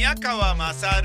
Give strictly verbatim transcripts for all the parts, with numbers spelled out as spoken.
宮川勝。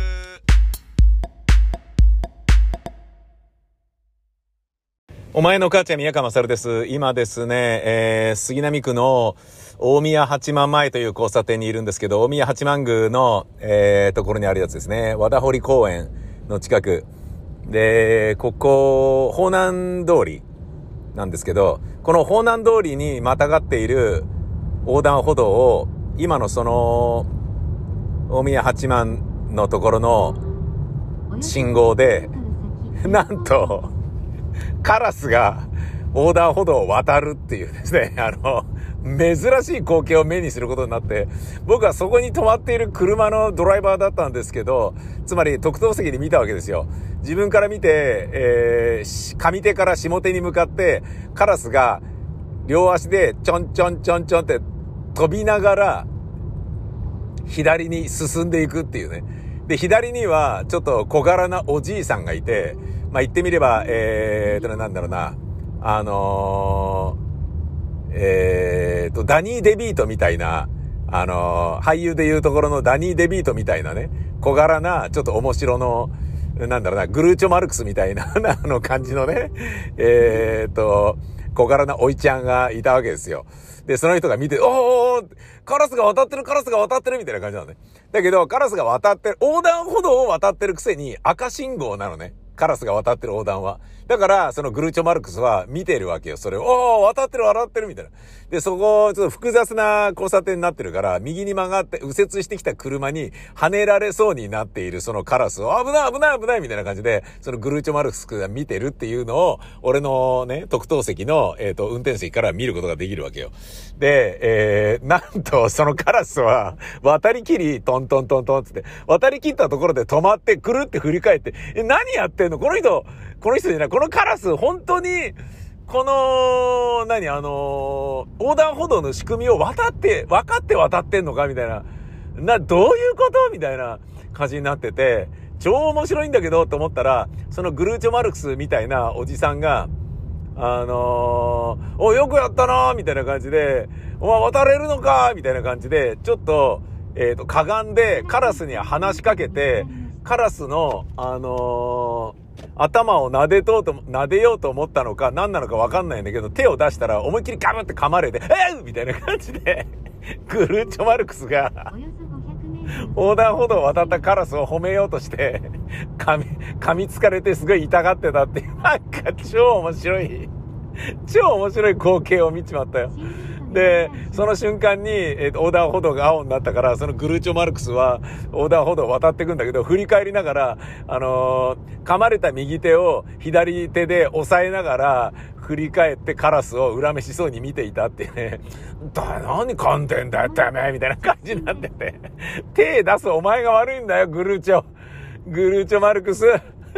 お前の母ちゃん宮川勝です。今ですね、えー、杉並区の大宮八幡前という交差点にいるんですけど、大宮八幡宮の、えー、ところにあるやつですね。和田堀公園の近くで、ここ方南通りなんですけど、この方南通りにまたがっている横断歩道を今のその大宮八幡のところの信号でなんとカラスが横断歩道を渡るっていうですね、あの珍しい光景を目にすることになって、僕はそこに止まっている車のドライバーだったんですけど、つまり特等席で見たわけですよ。自分から見て、えー、上手から下手に向かってカラスが両足でちょんちょんちょんちょんって飛びながら左に進んでいくっていうね。で、左にはちょっと小柄なおじいさんがいて、まあ、言ってみれば、えーと、なんだろうな、あのー、えーと、ダニー・デビートみたいな、あのー、俳優でいうところのダニー・デビートみたいなね、小柄な、ちょっと面白の、なんだろうな、グルーチョ・マルクスみたいな、あの感じのね、えーと、小柄なおいちゃんがいたわけですよ。で、その人が見て、おーおーカラスが渡ってる、カラスが渡ってるみたいな感じなのね。だけど、カラスが渡ってる、横断歩道を渡ってるくせに赤信号なのね。カラスが渡ってる横断は。だから、そのグルーチョマルクスは見てるわけよ。それを、おー渡ってる、渡ってるみたいな。で、そこ、ちょっと複雑な交差点になってるから、右に曲がって右折してきた車に跳ねられそうになっているそのカラスを、危ない危ない危ないみたいな感じで、そのグルーチョマルクスが見てるっていうのを、俺のね、特等席の、えっと、運転席から見ることができるわけよ。で、えー、なんと、そのカラスは、渡り切り、トントントントンつって、渡り切ったところで止まって、くるって振り返って、え、何やってんのこの人、この人じゃない、このカラス、本当に、この、何、あのー、横断歩道の仕組みを渡って、分かって渡ってんのかみたいな。な、どういうことみたいな感じになってて、超面白いんだけど、と思ったら、そのグルーチョマルクスみたいなおじさんが、あのー、お、よくやったなーみたいな感じで、お前渡れるのかみたいな感じで、ちょっと、えっと、かがんでカラスに話しかけて、カラスの、あのー、頭を撫でとうと、撫でようと思ったのか、何なのか分かんないんだけど、手を出したら思いっきりガブって噛まれて、えーみたいな感じで、グルーチョマルクスが、横断歩道を渡ったカラスを褒めようとして、噛み、噛みつかれてすごい痛がってたっていう、なんか超面白い、超面白い光景を見ちまったよ。で、その瞬間に、えー、横断歩道が青になったから、そのグルーチョマルクスは横断歩道を渡っていくんだけど、振り返りながら、あのー、噛まれた右手を左手で押さえながら、振り返ってカラスを恨めしそうに見ていたってね。だ、何噛んでんだよ、てめえみたいな感じになってて。手出すお前が悪いんだよ、グルーチョ。グルーチョマルクス。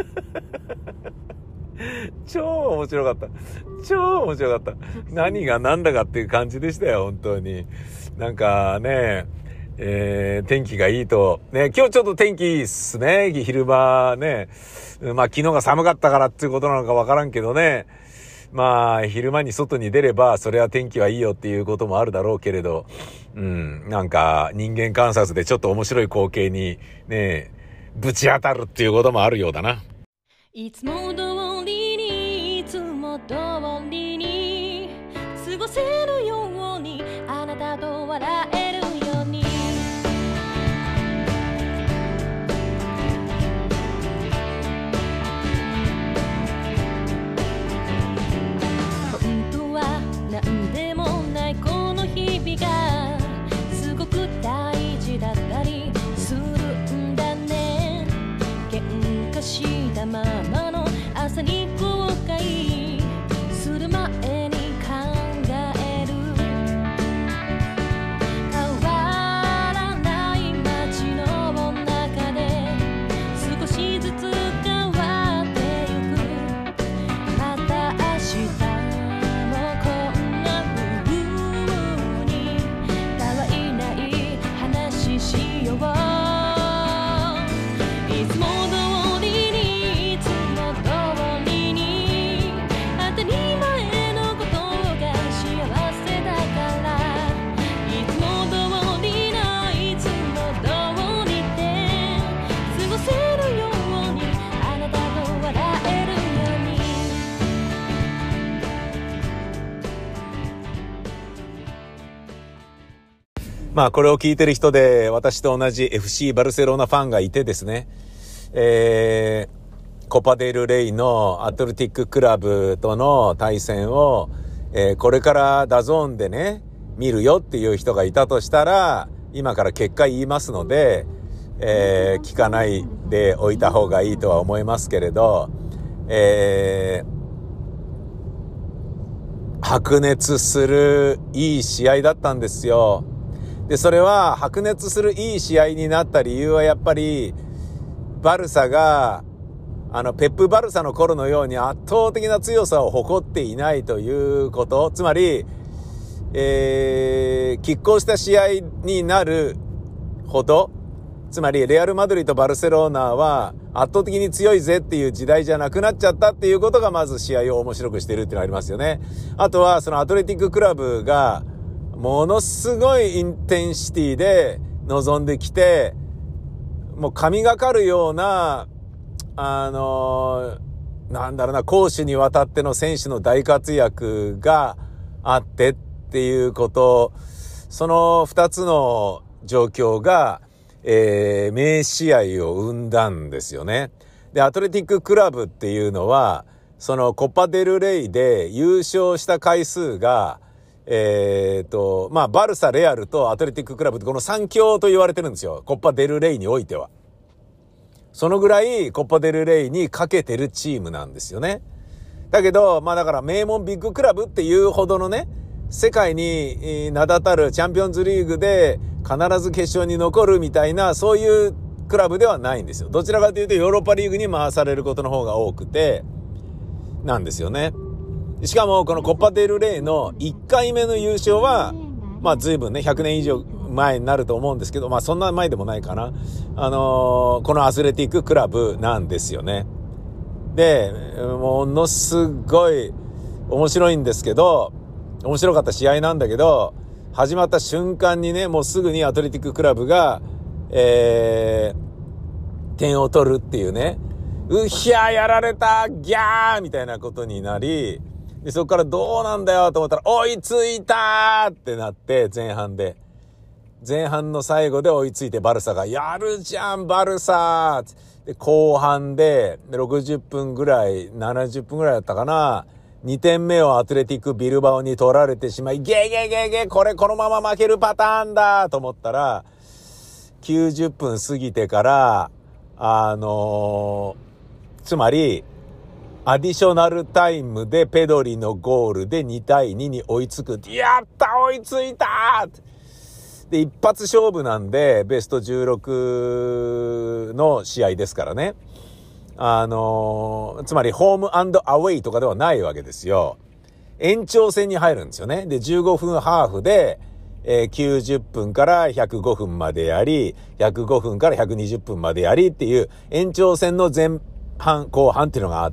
超面白かった。超面白かった。何が何だかっていう感じでしたよ、本当に。なんかね、えー、天気がいいと、ね、今日ちょっと天気いいっすね、昼間ね。まあ昨日が寒かったからっていうことなのかわからんけどね。まあ昼間に外に出れば、それは天気はいいよっていうこともあるだろうけれど、うん、なんか人間観察でちょっと面白い光景にね、ぶち当たるっていうこともあるようだな。 いつも通りにいつも通りに過ごせるようにあなたと笑えるように本当は何でもないこの日々がすごく大事だったりするんだね。喧嘩したままの朝に後悔する前に考える変まあこれを聞いてる人で私と同じ エフシー バルセロナファンがいてですね、えー、コパデルレイのアトレティッククラブとの対戦を、えー、これからダゾーンでね見るよっていう人がいたとしたら、今から結果言いますので、えー、聞かないでおいた方がいいとは思いますけれど、えー、白熱するいい試合だったんですよ。で、それは白熱するいい試合になった理由はやっぱりバルサがあのペップバルサの頃のように圧倒的な強さを誇っていないということ、つまり、えー、拮抗した試合になるほど、つまりレアルマドリーとバルセロナは圧倒的に強いぜっていう時代じゃなくなっちゃったっていうことがまず試合を面白くしているっていうのがありますよね。あとはそのアトレティッククラブがものすごいインテンシティで臨んできて、もう神がかるようなあのー、なんだろうな、攻守にわたっての選手の大活躍があってっていうこと、その二つの状況がえー、名試合を生んだんですよね。で、アトレティッククラブっていうのは、そのコパデルレイで優勝した回数が、えーと、まあ、バルサ、レアルとアトレティッククラブってこの三強と言われてるんですよ。コパデルレイにおいては。そのぐらいコパデルレイにかけてるチームなんですよね。だけど、まあだから名門ビッグクラブっていうほどのね、世界に名だたるチャンピオンズリーグで必ず決勝に残るみたいな、そういうクラブではないんですよ。どちらかというとヨーロッパリーグに回されることの方が多くてなんですよね。しかもこのコパデルレイのいっかいめの優勝はまあ随分ねひゃくねん以上前になると思うんですけど、まあそんな前でもないかな。あのー、このアスレティッククラブなんですよね。で、ものすごい面白いんですけど、面白かった試合なんだけど、始まった瞬間にね、もうすぐにアトレティッククラブが、えー、点を取るっていうね、うひゃーやられたギャーみたいなことになり、でそこからどうなんだよと思ったら追いついたーってなって、前半で前半の最後で追いついてバルサがやるじゃんバルサーで、後半でろくじゅっぷんぐらいななじゅっぷんぐらいだったかな、にてんめをアトレティックビルバオに取られてしまい、ゲーゲーゲーゲーこれこのまま負けるパターンだと思ったら、きゅうじゅっぷん過ぎてからあのー、つまりアディショナルタイムでペドリのゴールでにたいにに追いつく。やった追いついたで、一発勝負なんでベストじゅうろくの試合ですからね。あのー、つまりホーム&アウェイとかではないわけですよ。延長戦に入るんですよね。で、じゅうごふんハーフで、えー、きゅうじゅっぷんからひゃくごふんまでやり、ひゃくごふんからひゃくにじゅっぷんまでやりっていう延長戦の前半、後半っていうのがあって、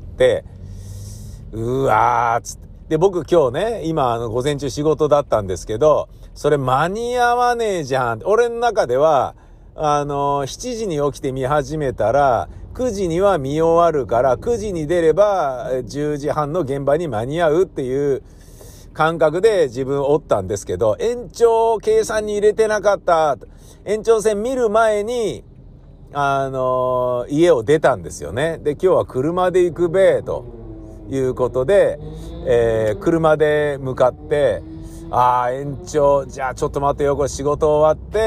うわーつって。で、僕今日ね、今あの午前中仕事だったんですけど、それ間に合わねえじゃん。俺の中では、あのー、しちじに起きて見始めたら、くじには見終わるから、くじに出ればじゅうじはんの現場に間に合うっていう感覚で自分おったんですけど、延長計算に入れてなかった。延長戦見る前に、あのー、家を出たんですよね。で、今日は車で行くべということで、えー、車で向かって、あー延長、じゃあちょっと待ってよ、これ仕事終わって、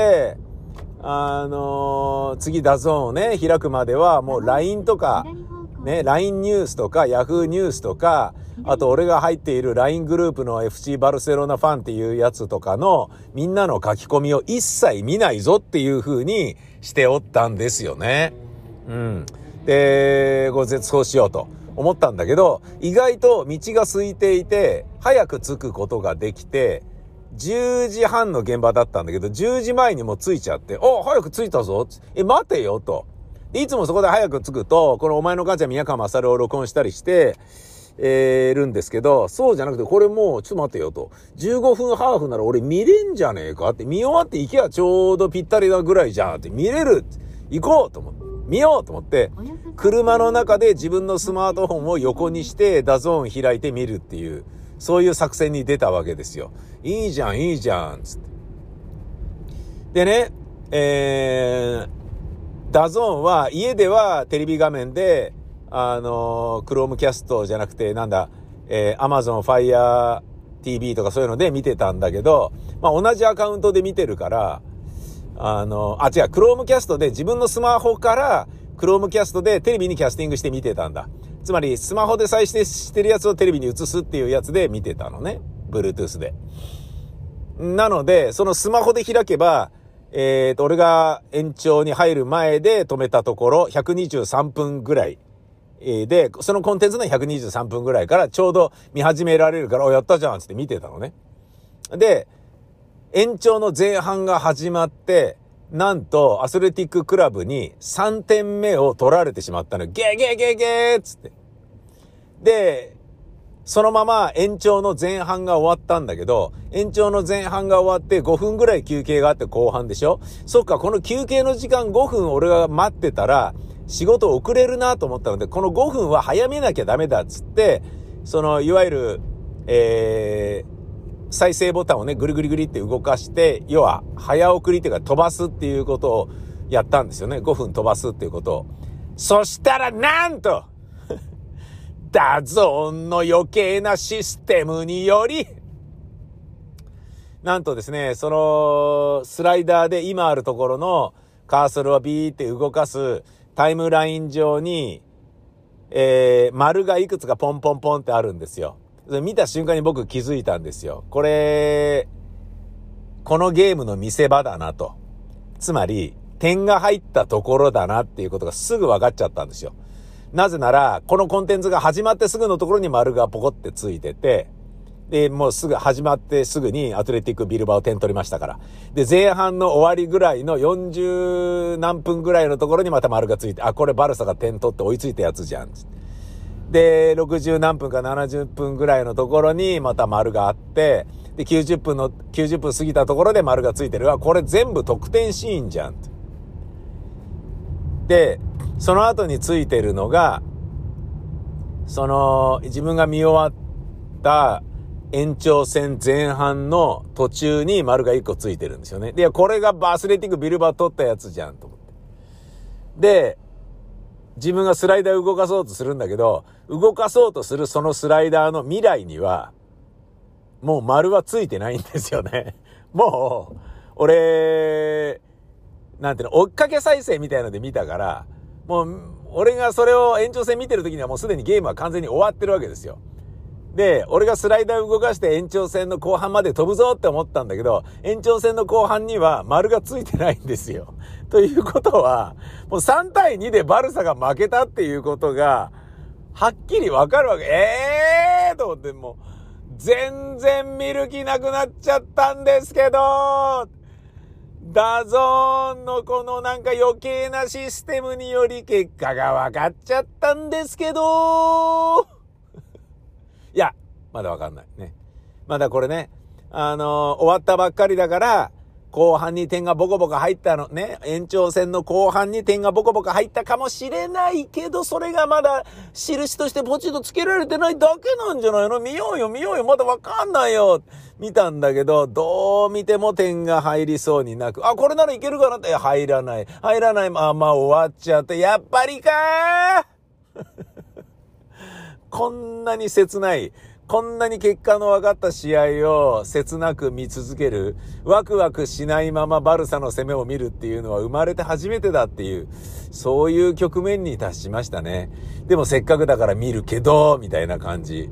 あのー、次ダゾーンをね開くまではもう ライン とかね ライン ニュースとか ヤフー ニュースとか、あと俺が入っている ライン グループの エフシー バルセロナファンっていうやつとかのみんなの書き込みを一切見ないぞっていう風にしておったんですよね。うん。で、これそうしようと思ったんだけど、意外と道が空いていて早く着くことができて、じゅうじはんの現場だったんだけど、じゅうじまえにも着いちゃって、お、早く着いたぞ。え、待てよと。いつもそこで早く着くと、このお前の母ちゃん宮川勝を録音したりして、えー、るんですけど、そうじゃなくて、これもう、ちょっと待てよと。じゅうごふんハーフなら俺見れんじゃねえかって、見終わって行けばちょうどぴったりなぐらいじゃんって、見れる。行こうと思って。見ようと思って、車の中で自分のスマートフォンを横にして、ダゾーン開いて見るっていう、そういう作戦に出たわけですよ。いいじゃん、いいじゃん、つって。 でね、えー、ダゾーンは家ではテレビ画面で、あのー、クロームキャストじゃなくて、なんだ、えー、Amazon Fire ティーブイ とかそういうので見てたんだけど、まあ、同じアカウントで見てるから、あのー、あ、違う、クロームキャストで自分のスマホから、クロームキャストでテレビにキャスティングして見てたんだ。つまり、スマホで再生してるやつをテレビに映すっていうやつで見てたのね。Bluetooth で。なので、そのスマホで開けば、えーと、俺が延長に入る前で止めたところ、ひゃくにじゅうさんぷんぐらい。で、そのコンテンツのひゃくにじゅうさんぷんぐらいからちょうど見始められるから、お、やったじゃんつって見てたのね。で、延長の前半が始まって、なんとアスレティッククラブにさんてんめを取られてしまったの。ゲーゲーゲーゲーっつって。で、そのまま延長の前半が終わったんだけど、延長の前半が終わってごふんぐらい休憩があって後半でしょ？そっか、この休憩の時間ごふん俺が待ってたら、仕事遅れるなと思ったので、このごふんは早めなきゃダメだっつって、その、いわゆる、えー、再生ボタンをね、ぐりぐりぐりって動かして、要は、早送りっていうか飛ばすっていうことをやったんですよね。ごふん飛ばすっていうことを。そしたら、なんとダゾーンの余計なシステムにより、なんとですね、その、スライダーで今あるところのカーソルをビーって動かす、タイムライン上に、えー、丸がいくつかポンポンポンってあるんですよ。見た瞬間に僕気づいたんですよ。これ、このゲームの見せ場だなと。つまり、点が入ったところだなっていうことがすぐ分かっちゃったんですよ。なぜなら、このコンテンツが始まってすぐのところに丸がポコってついてて、で、もうすぐ始まってすぐにアトレティックビルバオ点取りましたから。で、前半の終わりぐらいのよんじゅう何分ぐらいのところにまた丸がついて、あ、これバルサが点取って追いついたやつじゃん。で、ろくじゅう何分かななじゅっぷんぐらいのところにまた丸があって、で、きゅうじゅっぷんの、きゅうじゅっぷん過ぎたところで丸がついてる。あ、これ全部得点シーンじゃん。で、その後についてるのが、その、自分が見終わった延長戦前半の途中に丸がいっこついてるんですよね。で、これがアスレティックビルバー取ったやつじゃんと思って。で、自分がスライダーを動かそうとするんだけど、動かそうとするそのスライダーの未来には、もう丸はついてないんですよね。もう、俺、なんていうの、追っかけ再生みたいので見たから、もう、俺がそれを延長戦見てる時にはもうすでにゲームは完全に終わってるわけですよ。で、俺がスライダーを動かして延長戦の後半まで飛ぶぞって思ったんだけど、延長戦の後半には丸がついてないんですよ。ということは、もうさんたいにでバルサが負けたっていうことが、はっきりわかるわけ。えーと思って、もう、全然見る気なくなっちゃったんですけど、ダゾーンのこのなんか余計なシステムにより結果が分かっちゃったんですけど、いや、まだ分かんないね。まだこれね、あのー、終わったばっかりだから、後半に点がボコボコ入ったのね、延長戦の後半に点がボコボコ入ったかもしれないけど、それがまだ印としてポチッとつけられてないだけなんじゃないの？見ようよ見ようよ、まだわかんないよ。見たんだけど、どう見ても点が入りそうになく、あ、これならいけるかなって、入らない。入らない。まあまあ終わっちゃって、やっぱりかーこんなに切ない。こんなに結果の分かった試合を切なく見続ける、ワクワクしないままバルサの攻めを見るっていうのは生まれて初めてだっていう、そういう局面に達しましたね。でもせっかくだから見るけど、みたいな感じ。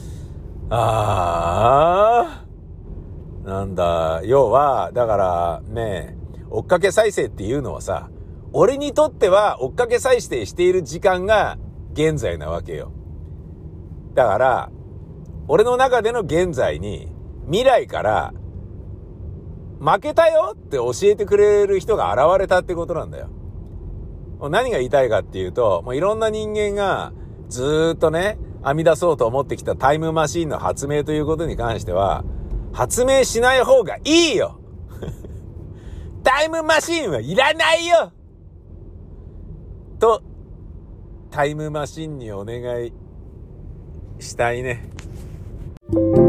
あー、なんだ、要は、だからね、追っかけ再生っていうのはさ、俺にとっては追っかけ再生している時間が現在なわけよ。だから、俺の中での現在に未来から負けたよって教えてくれる人が現れたってことなんだよ。何が言いたいかっていうと、もういろんな人間がずーっとね、編み出そうと思ってきたタイムマシンの発明ということに関しては、発明しない方がいいよタイムマシンはいらないよと、タイムマシンにお願いしたいね。